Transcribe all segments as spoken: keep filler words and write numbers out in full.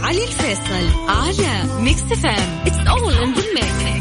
علي الفيصل على ميكس إف إم. It's all in the mix.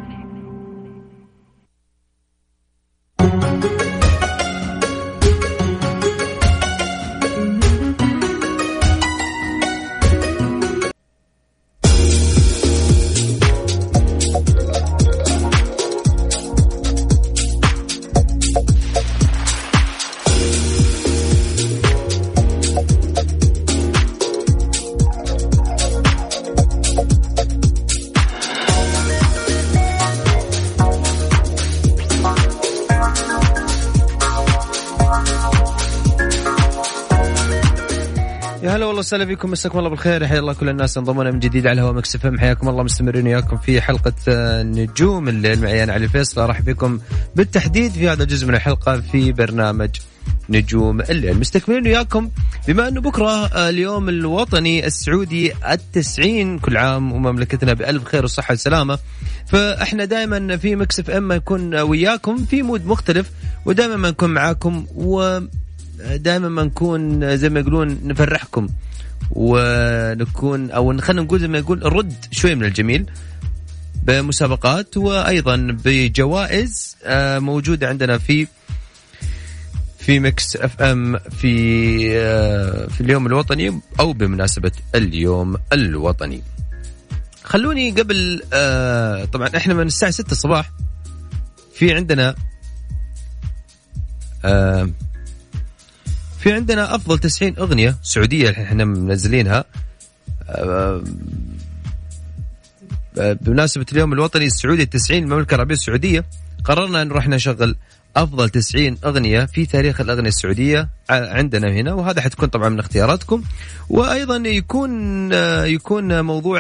هلا والله وسهلا فيكم، مساكم الله بالخير، حيا الله كل الناس انضمونا من جديد على هوا ميكس إف إم. حياكم الله، مستمرين وياكم في حلقة نجوم الليل معي أنا علي الفيصل. راح بكم بالتحديد في هذا الجزء من الحلقة في برنامج نجوم الليل، مستكملين وياكم بما أنه بكرة اليوم الوطني السعودي التسعين، كل عام ومملكتنا بألف خير وصحة وسلامة. فإحنا دائما في ميكس إف إم نكون وياكم في مود مختلف، ودائما ما نكون معاكم، و دائما ما نكون زي ما يقولون نفرحكم ونكون او خلينا نقول زي ما يقول نرد شوي من الجميل بمسابقات وايضا بجوائز موجوده عندنا في في ميكس اف ام في في اليوم الوطني او بمناسبه اليوم الوطني. خلوني قبل طبعا احنا من الساعه ستة الصباح في عندنا في عندنا أفضل تسعين أغنية سعودية احنا منزلينها بمناسبة اليوم الوطني السعودي التسعين المملكة العربية السعودية. قررنا أن رح نشغل أفضل تسعين أغنية في تاريخ الأغنية السعودية عندنا هنا، وهذا حتكون طبعا من اختياراتكم، وأيضا يكون يكون موضوع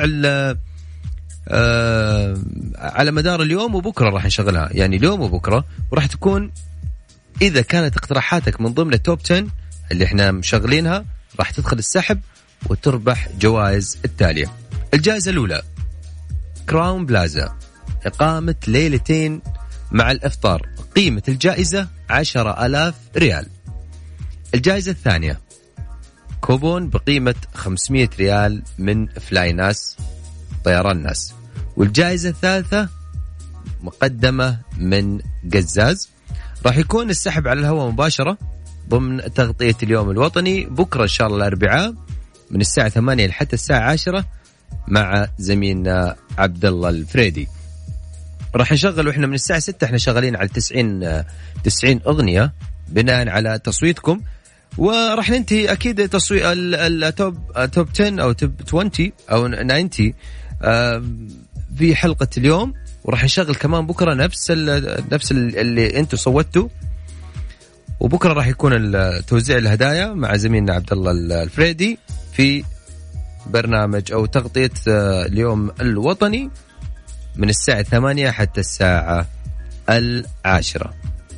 على مدار اليوم وبكرة راح نشغلها، يعني اليوم وبكرة، وراح تكون إذا كانت اقتراحاتك من ضمن التوب عشرة اللي احنا مشغلينها راح تدخل السحب وتربح جوائز التالية. الجائزة الأولى كراون بلازا، إقامة ليلتين مع الإفطار، قيمة الجائزة عشرة آلاف ريال. الجائزة الثانية كوبون بقيمة خمسمائة ريال من فلاي ناس طيران ناس. والجائزة الثالثة مقدمة من قزاز. راح يكون السحب على الهواء مباشرة ضمن تغطية اليوم الوطني بكرة إن شاء الله الأربعاء من الساعة ثمانية حتى الساعة عشرة مع زميلنا عبد الله الفريدي. راح نشغل وإحنا من الساعة ستة إحنا شغالين على تسعين تسعين أغنية بناء على تصويتكم، وراح ننتهي أكيد تصويت التوب توب عشرة أو توب عشرين أو تسعين في حلقة اليوم، وراح نشغل كمان بكرة نفس ال نفس ال اللي انتم صوتوا، وبكرة راح يكون توزيع الهدايا مع زميلنا عبد الله الفريدي في برنامج أو تغطية اليوم الوطني من الساعة ثمانية حتى الساعة العاشرة.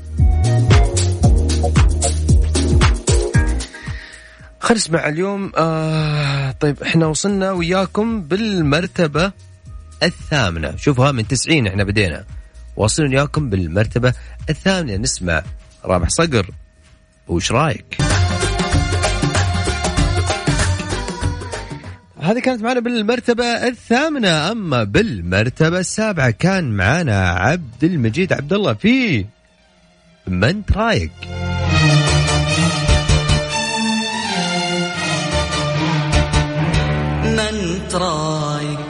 خلينا نسمع اليوم. آه طيب احنا وصلنا وياكم بالمرتبة الثامنة، شوفها من تسعين احنا بدينا، واصلين وياكم بالمرتبة الثامنة. نسمع رابح صقر، وش رايك؟ هذه كانت معنا بالمرتبة الثامنة. أما بالمرتبة السابعة كان معنا عبد المجيد عبد الله في من ترايق. من ترايق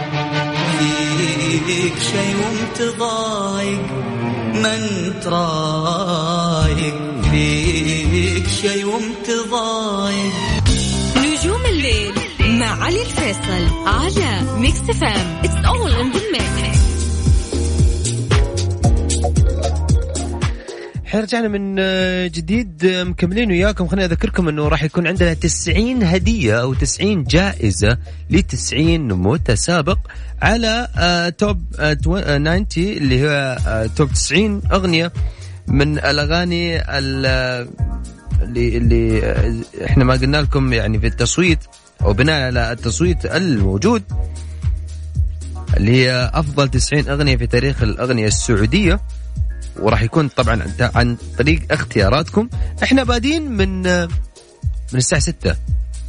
فيك شي ومتضايق، من ترايق فيك شي ومتضايق. نجوم الليل مع علي الفيصل على ميكس إف إم. It's all in the mix. رجعنا من جديد مكملين وياكم. خليني أذكركم أنه راح يكون عندنا تسعين هدية أو تسعين جائزة لتسعين متسابق على توب تسعين اللي هي توب تسعين أغنية من الأغاني اللي, اللي إحنا ما قلنا لكم يعني في التصويت أو بناء على التصويت الموجود اللي هي أفضل تسعين أغنية في تاريخ الأغنية السعودية. وراح يكون طبعا عن طريق اختياراتكم. احنا بادين من من الساعة ستة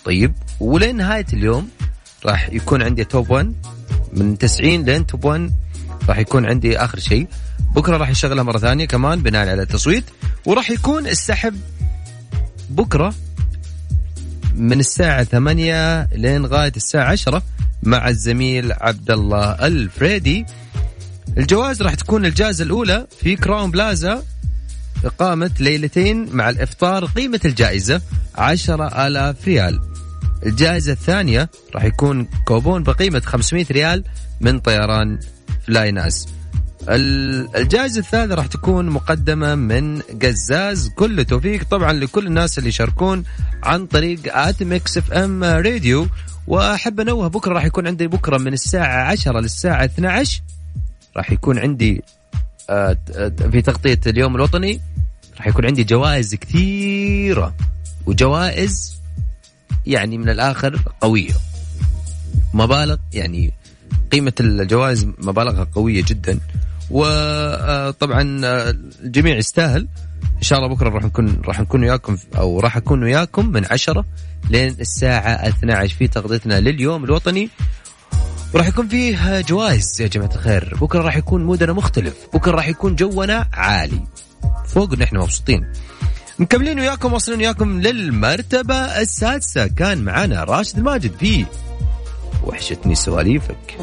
طيب ولين نهاية اليوم راح يكون عندي توب واحد من تسعين لين توب واحد راح يكون عندي آخر شيء. بكرة راح يشغلها مرة ثانية كمان بناء على التصويت، وراح يكون السحب بكرة من الساعة ثمانية لين غاية الساعة عشرة مع الزميل عبد الله الفريدي. الجوائز راح تكون الجائزة الأولى في كراون بلازا إقامة ليلتين مع الإفطار، قيمة الجائزة عشرة آلاف ريال. الجائزة الثانية راح يكون كوبون بقيمة خمسمائة ريال من طيران فلاي ناس. الجائزة الثالثة راح تكون مقدمة من قزاز. كل توفيق طبعا لكل الناس اللي يشاركون عن طريق آت ميكس اف ام راديو. وأحب أنوه بكرة راح يكون عندي بكرة من الساعة عشرة للساعة اثني عشر راح يكون عندي في تغطية اليوم الوطني راح يكون عندي جوائز كثيرة، وجوائز يعني من الآخر قوية، مبالغ يعني قيمة الجوائز مبالغها قوية جدا. وطبعا الجميع يستاهل. إن شاء الله بكرة راح نكون راح نكون وياكم أو راح أكون وياكم من عشرة لين الساعة اثني عشر في تغطيتنا لليوم الوطني، وراح يكون فيه جوائز يا جماعة الخير. بكرة راح يكون مودنا مختلف، بكرة راح يكون جونا عالي فوق إن إحنا مبسوطين. مكملين وياكم، واصلين وياكم للمرتبة السادسة. كان معنا راشد الماجد في وحشتني سواليفك.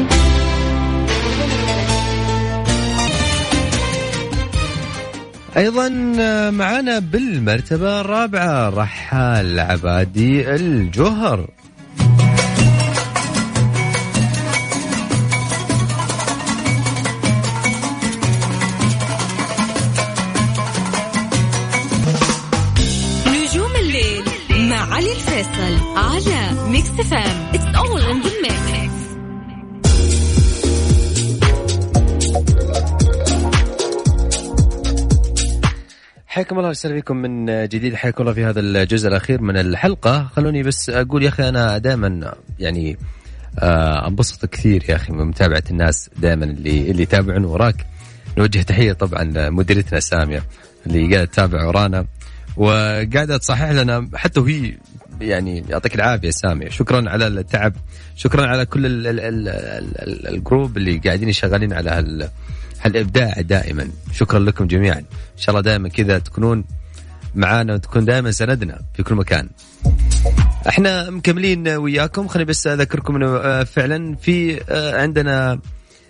أيضا معنا بالمرتبة الرابعة رحال عبادي الجوهر. نجوم الليل مع علي الفيصل على ميكس اف ام. It's all in the mix. حياكم الله وسهلا بكم من جديد. حياكم الله في هذا الجزء الأخير من الحلقة. خلوني بس أقول يا أخي أنا دائما يعني أنبسط كثير يا أخي من متابعة الناس دائما اللي اللي يتابعون وراك. نوجه تحية طبعا لمديرتنا سامية اللي قاعدة تتابع ورانا وقاعدة تصحح لنا حتى وهي يعني يعطيك العافية سامية. شكرا على التعب، شكرا على كل ال ال ال ال الجروب اللي قاعدين شغالين على هال هالإبداع دائما. شكرا لكم جميعا. إن شاء الله دائما كذا تكونون معانا وتكون دائما سندنا في كل مكان. احنا مكملين وياكم. خليني بس أذكركم أنه فعلا في عندنا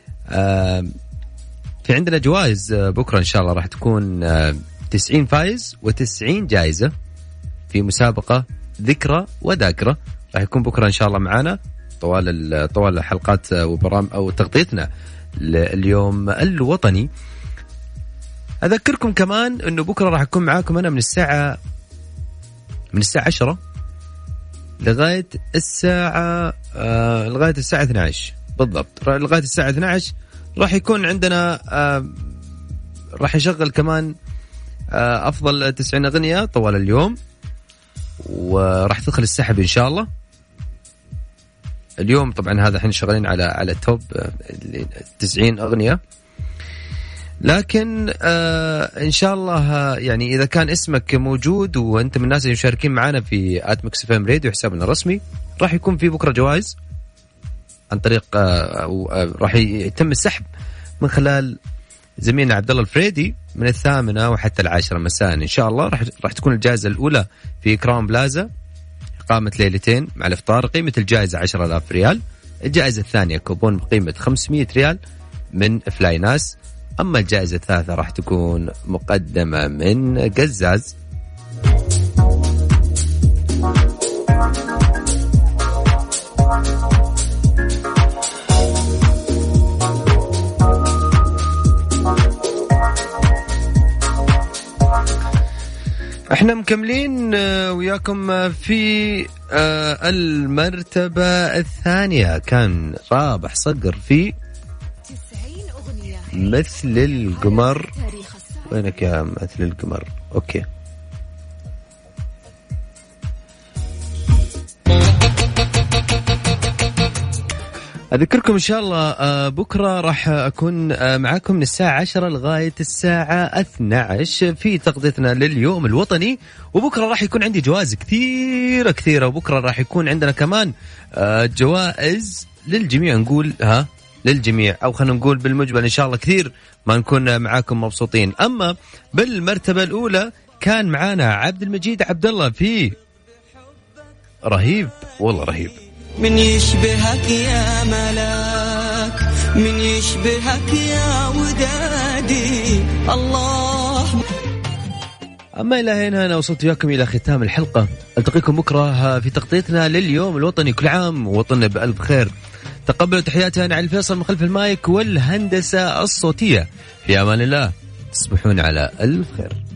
في عندنا جوائز بكرة إن شاء الله راح تكون تسعين فايز وتسعين جائزة في مسابقة ذكرى وذاكرة. راح يكون بكرة إن شاء الله معانا طوال طوال الحلقات وبرامج أو تغطيتنا اليوم الوطني. أذكركم كمان أنه بكرة راح أكون معاكم أنا من الساعة من الساعة عشرة لغاية الساعة آه لغاية الساعة اثني عشر بالضبط. لغاية الساعة اثني عشر راح يكون عندنا آه راح يشغل كمان آه أفضل تسعين أغنية طوال اليوم، وراح تدخل السحب إن شاء الله. اليوم طبعا هذا احنا شغالين على على توب تسعين أغنية، لكن آه إن شاء الله يعني إذا كان اسمك موجود وأنت من الناس اللي مشاركين معنا في آت ميكس اف ام راديو حسابنا الرسمي راح يكون في بكرة جوائز عن طريق آه آه راح يتم السحب من خلال زميلنا عبد الله الفريدي من الثامنة وحتى العاشرة مساء إن شاء الله. راح راح تكون الجائزة الأولى في كراون بلازا إقامة ليلتين مع الإفطار، قيمة الجائزة عشرة آلاف ريال. الجائزة الثانية كوبون بقيمة خمسمائة ريال من فلاي ناس. أما الجائزة الثالثة راح تكون مقدمة من قزاز. احنا مكملين وياكم في المرتبة الثانية. كان رابح صقر في مثل القمر. وينك يا مثل القمر؟ اوكي أذكركم إن شاء الله بكرة راح أكون معاكم من الساعة عشرة لغاية الساعة اثنتي عشرة في تغطيتنا لليوم الوطني. وبكرة راح يكون عندي جوائز كثيرة كثيرة، وبكرة راح يكون عندنا كمان جوائز للجميع، نقول ها للجميع، أو خلينا نقول بالمجمل إن شاء الله كثير ما نكون معاكم مبسوطين. أما بالمرتبة الأولى كان معانا عبد المجيد عبد الله في رهيب، والله رهيب. من يشبهك يا ملاك، من يشبهك يا ودادي الله. أما إلى هنا أنا وصلت وياكم إلى ختام الحلقة، ألتقيكم بكرة في تغطيتنا لليوم الوطني. كل عام وطننا بألف خير. تقبلوا تحياتي أنا علي الفيصل من خلف المايك والهندسة الصوتية. في أمان الله، تصبحون على ألف خير.